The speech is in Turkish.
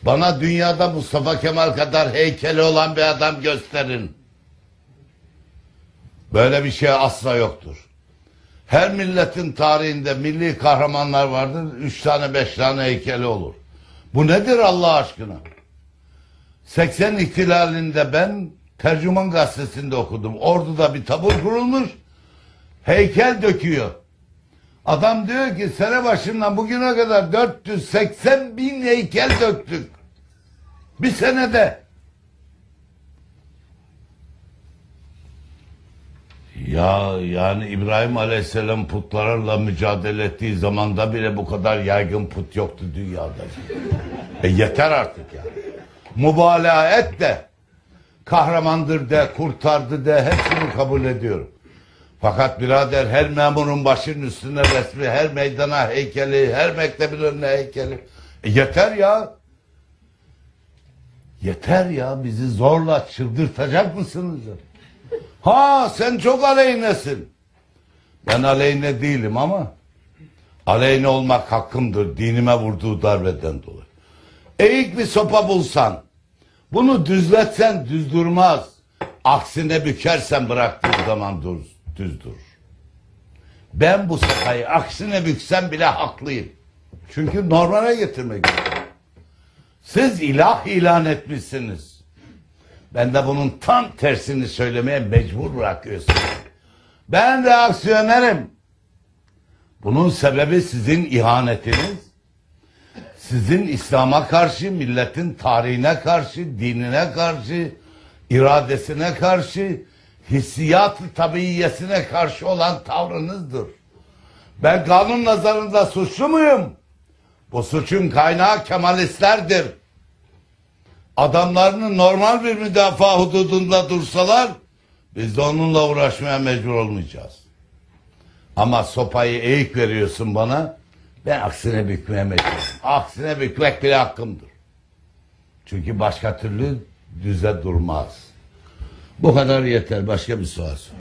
Bana dünyada Mustafa Kemal kadar heykeli olan bir adam gösterin. Böyle bir şey asla yoktur. Her milletin tarihinde milli kahramanlar vardır. 3 tane 5 tane heykeli olur. Bu nedir Allah aşkına? 80 ihtilalinde ben Tercüman Gazetesi'nde okudum. Ordu'da bir tabur kurulmuş. Heykel döküyor. Adam diyor ki sene başından bugüne kadar 480 bin heykel döktük. Bir senede. Ya yani İbrahim Aleyhisselam putlarla mücadele ettiği zamanda bile bu kadar yaygın put yoktu dünyada. Yeter artık ya. Mübalağa et de, kahramandır de, kurtardı de, hepsini kabul ediyorum. Fakat birader her memurun başının üstüne resmi, her meydana heykeli, her mektebin önüne heykeli. Yeter ya. Yeter ya, bizi zorla çıldırtacak mısınız? Ha sen çok aleyhinesin. Ben aleyhine değilim ama aleyhine olmak hakkımdır dinime vurduğu darbeden dolayı. Eğik bir sopa bulsan, bunu düzletsen düz durmaz. Aksine bükersen bıraktığın zaman düz durur. Ben bu sopayı aksine büksem bile haklıyım. Çünkü normale getirmek istiyorum. Siz ilah ilan etmişsiniz. Ben de bunun tam tersini söylemeye mecbur bırakıyorsunuz. Ben reaksiyonerim. Bunun sebebi sizin ihanetiniz. Sizin İslam'a karşı, milletin tarihine karşı, dinine karşı, iradesine karşı, hissiyat-ı tabiiyesine karşı olan tavrınızdır. Ben kanun nazarında suçlu muyum? Bu suçun kaynağı Kemalistlerdir. Adamlarını normal bir müdafaa hududunda dursalar, biz de onunla uğraşmaya mecbur olmayacağız. Ama sopayı eğik veriyorsun bana, ben aksine bükmeye mecburum. Aksine bükmek bile hakkımdır. Çünkü başka türlü düze durmaz. Bu kadar yeter. Başka bir sual sor.